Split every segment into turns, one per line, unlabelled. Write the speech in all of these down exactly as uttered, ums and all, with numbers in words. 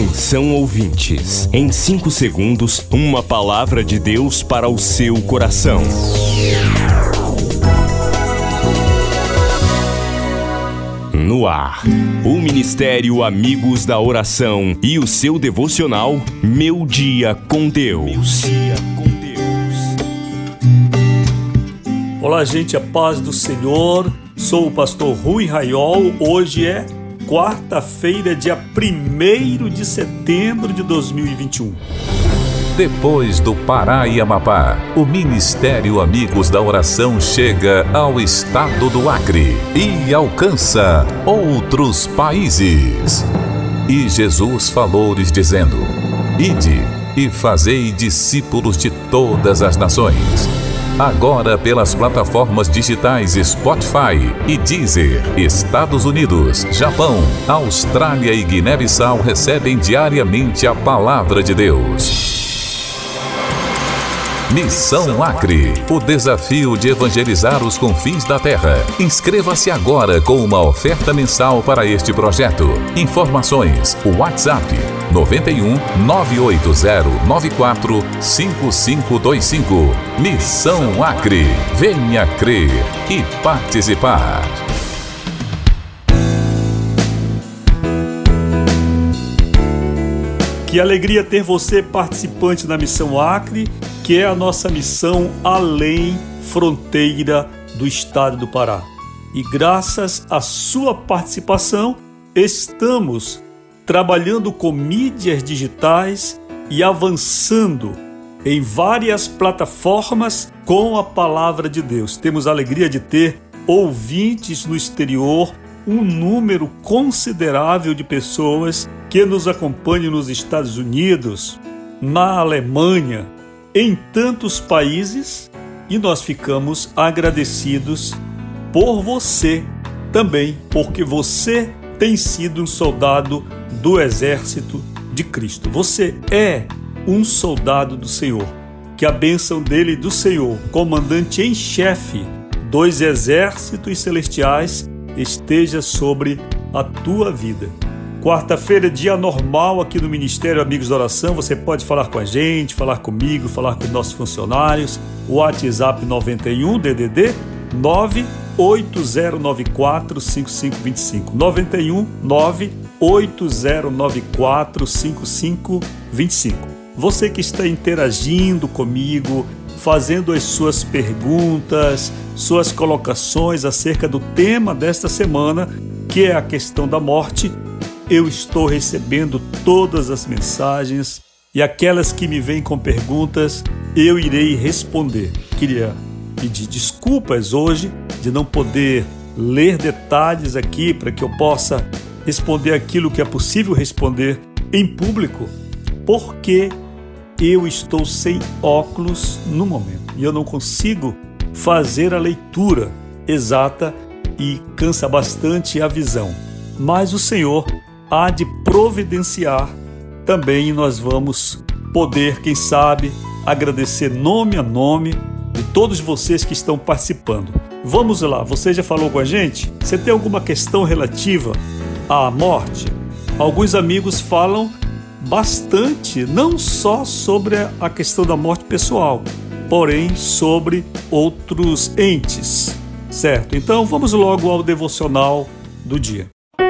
Atenção, ouvintes. Em cinco segundos, uma palavra de Deus para o seu coração. No ar, o Ministério Amigos da Oração e o seu devocional Meu Dia com Deus.
Olá, gente, a paz do Senhor. Sou o pastor Rui Raiol. Hoje é quarta-feira, dia primeiro de setembro de dois mil e vinte e um.
Depois do Pará e Amapá, o Ministério Amigos da Oração chega ao estado do Acre e alcança outros países. E Jesus falou-lhes dizendo: Ide e fazei discípulos de todas as nações. Agora pelas plataformas digitais Spotify e Deezer, Estados Unidos, Japão, Austrália e Guiné-Bissau recebem diariamente a Palavra de Deus. Missão Acre, o desafio de evangelizar os confins da terra. Inscreva-se agora com uma oferta mensal para este projeto. Informações: WhatsApp nove um nove oito zero nove quatro cinco cinco dois cinco. Missão Acre, venha crer e participar.
Que alegria ter você participante da Missão Acre, que é a nossa missão além fronteira do estado do Pará. E graças à sua participação, estamos trabalhando com mídias digitais e avançando em várias plataformas com a Palavra de Deus. Temos a alegria de ter ouvintes no exterior, um número considerável de pessoas que nos acompanham nos Estados Unidos, na Alemanha, em tantos países, e nós ficamos agradecidos por você também, porque você tem sido um soldado do exército de Cristo. Você é um soldado do Senhor. Que a bênção dele e do Senhor, comandante em chefe dos exércitos celestiais, esteja sobre a tua vida. Quarta-feira, dia normal aqui no Ministério Amigos da Oração. Você pode falar com a gente, falar comigo, falar com os nossos funcionários. O WhatsApp nove um D D D nove oito zero nove quatro cinco cinco dois cinco. nove um nove oito zero nove quatro cinco cinco dois cinco. Você que está interagindo comigo, fazendo as suas perguntas, suas colocações acerca do tema desta semana, que é a questão da morte. Eu estou recebendo todas as mensagens e aquelas que me vêm com perguntas, eu irei responder. Queria pedir desculpas hoje de não poder ler detalhes aqui para que eu possa responder aquilo que é possível responder em público, porque eu estou sem óculos no momento e eu não consigo fazer a leitura exata e cansa bastante a visão. Mas o Senhor há de providenciar também, e nós vamos poder, quem sabe, agradecer nome a nome de todos vocês que estão participando. Vamos lá, você já falou com a gente? Você tem alguma questão relativa à morte? Alguns amigos falam bastante, não só sobre a questão da morte pessoal, porém sobre outros entes, certo? Então vamos logo ao devocional do dia.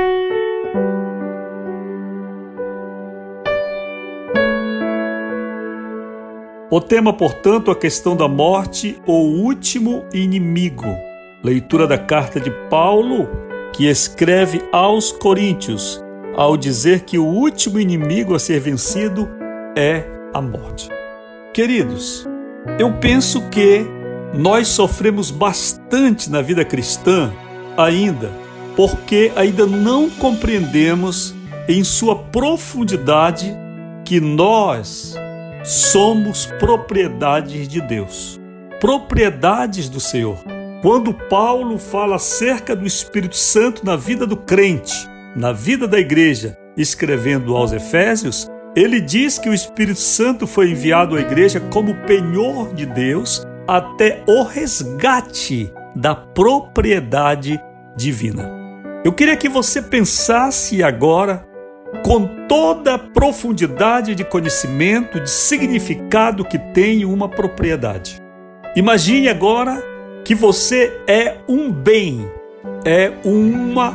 O tema, portanto, a questão da morte, o último inimigo. Leitura da carta de Paulo, que escreve aos Coríntios, ao dizer que o último inimigo a ser vencido é a morte. Queridos, eu penso que nós sofremos bastante na vida cristã ainda, porque ainda não compreendemos em sua profundidade que nós somos propriedades de Deus, propriedades do Senhor. Quando Paulo fala acerca do Espírito Santo na vida do crente, na vida da igreja, escrevendo aos Efésios, ele diz que o Espírito Santo foi enviado à igreja como penhor de Deus até o resgate da propriedade divina. Eu queria que você pensasse agora com toda a profundidade de conhecimento, de significado que tem uma propriedade. Imagine agora que você é um bem, é uma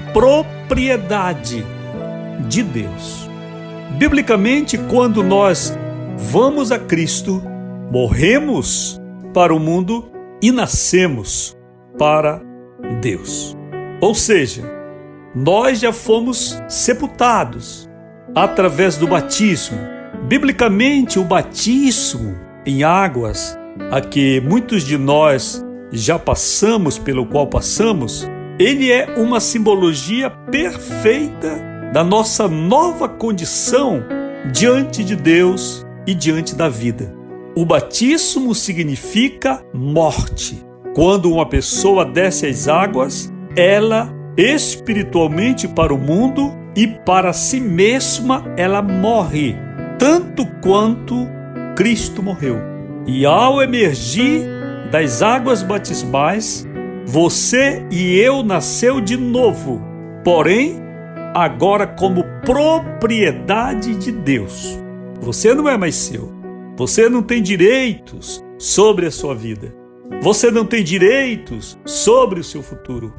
propriedade de Deus. Biblicamente, quando nós vamos a Cristo, morremos para o mundo e nascemos para Deus. Ou seja, nós já fomos sepultados através do batismo. Biblicamente, o batismo em águas, a que muitos de nós já passamos, pelo qual passamos, ele é uma simbologia perfeita da nossa nova condição diante de Deus e diante da vida. O batismo significa morte. Quando uma pessoa desce às águas, ela espiritualmente para o mundo e para si mesma ela morre, tanto quanto Cristo morreu. E ao emergir das águas batismais, você e eu nasceu de novo, porém, agora como propriedade de Deus. Você não é mais seu. Você não tem direitos sobre a sua vida. Você não tem direitos sobre o seu futuro.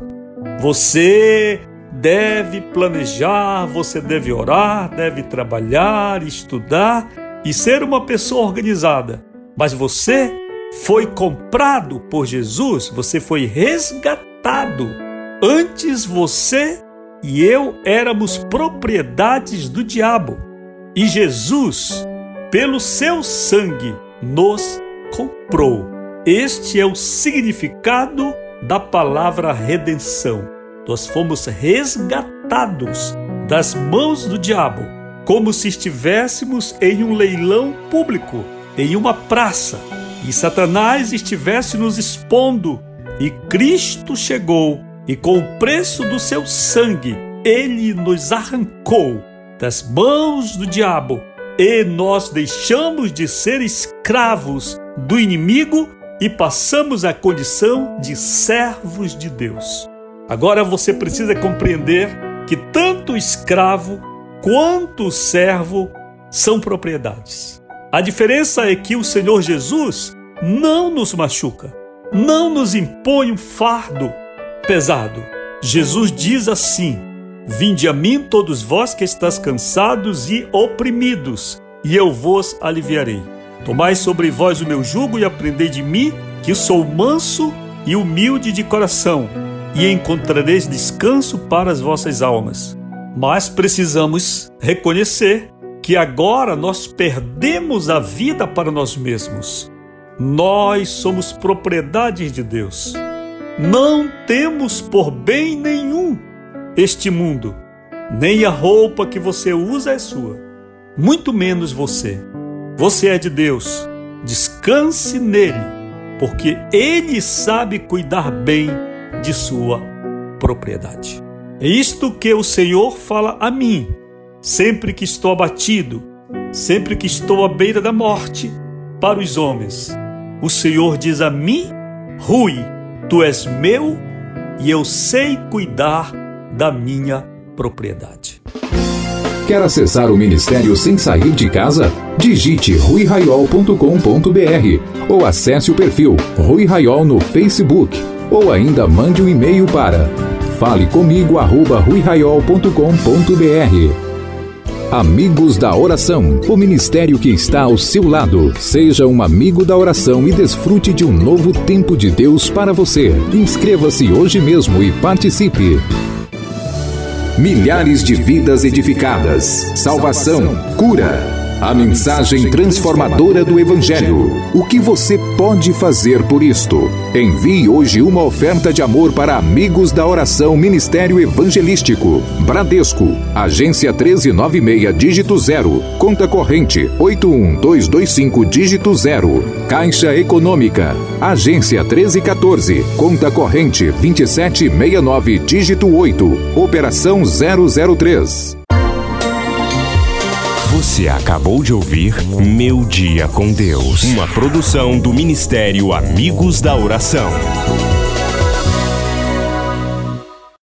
Você deve planejar, você deve orar, deve trabalhar, estudar e ser uma pessoa organizada. Mas você foi comprado por Jesus, você foi resgatado. Antes você e eu éramos propriedades do diabo. E Jesus, pelo seu sangue, nos comprou. Este é o significado da palavra redenção. Nós fomos resgatados das mãos do diabo, como se estivéssemos em um leilão público, em uma praça, e Satanás estivesse nos expondo, e Cristo chegou, e com o preço do seu sangue, ele nos arrancou das mãos do diabo, e nós deixamos de ser escravos do inimigo e passamos à condição de servos de Deus. Agora você precisa compreender que tanto o escravo quanto o servo são propriedades. A diferença é que o Senhor Jesus não nos machuca, não nos impõe um fardo pesado. Jesus diz assim: vinde a mim todos vós que estáis cansados e oprimidos, e eu vos aliviarei. Tomai sobre vós o meu jugo e aprendei de mim, que sou manso e humilde de coração, e encontrareis descanso para as vossas almas. Mas precisamos reconhecer que agora nós perdemos a vida para nós mesmos. Nós somos propriedades de Deus. Não temos por bem nenhum este mundo, nem a roupa que você usa é sua, muito menos você. Você é de Deus, descanse nele, porque ele sabe cuidar bem de sua propriedade. É isto que o Senhor fala a mim, sempre que estou abatido, sempre que estou à beira da morte, para os homens. O Senhor diz a mim: Rui, tu és meu e eu sei cuidar da minha propriedade.
Quer acessar o Ministério sem sair de casa? Digite rui raiol ponto com ponto b r ou acesse o perfil Rui Raiol no Facebook, ou ainda mande um e-mail para fale comigo arroba rui raiol ponto com ponto b r. Amigos da Oração, o ministério que está ao seu lado. Seja um amigo da oração e desfrute de um novo tempo de Deus para você. Inscreva-se hoje mesmo e participe. Milhares de vidas edificadas, salvação, cura. A mensagem transformadora do Evangelho. O que você pode fazer por isto? Envie hoje uma oferta de amor para Amigos da Oração Ministério Evangelístico. Bradesco, agência treze noventa e seis, dígito zero. Conta corrente oito um dois dois cinco, dígito zero. Caixa Econômica, agência treze quatorze. Conta corrente vinte e sete sessenta e nove, dígito oito. Operação zero zero três.
Você acabou de ouvir Meu Dia com Deus, uma produção do Ministério Amigos da Oração.